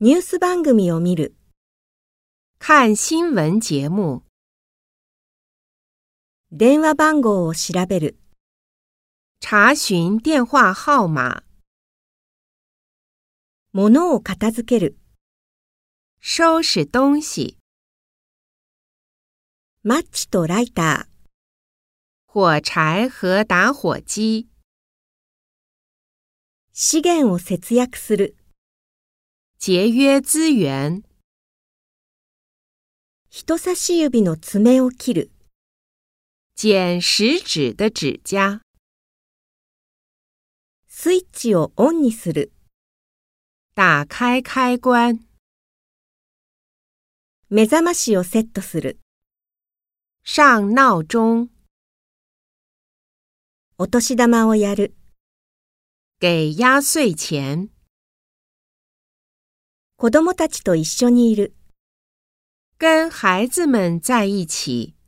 ニュース番組を見る。 看新闻节目。 電話番号を調べる。 查询电话号码。 物を片付ける。 收拾东西。 マッチとライター。 火柴和打火机。 資源を節約する。 节约资源。 人差し指の爪を切る。 剪食指的指甲。 スイッチをオンにする。 打开开关。 目覚ましをセットする。 上闹钟。 お年玉をやる。 给压岁钱。 子供たちと一緒にいる。 跟孩子们在一起。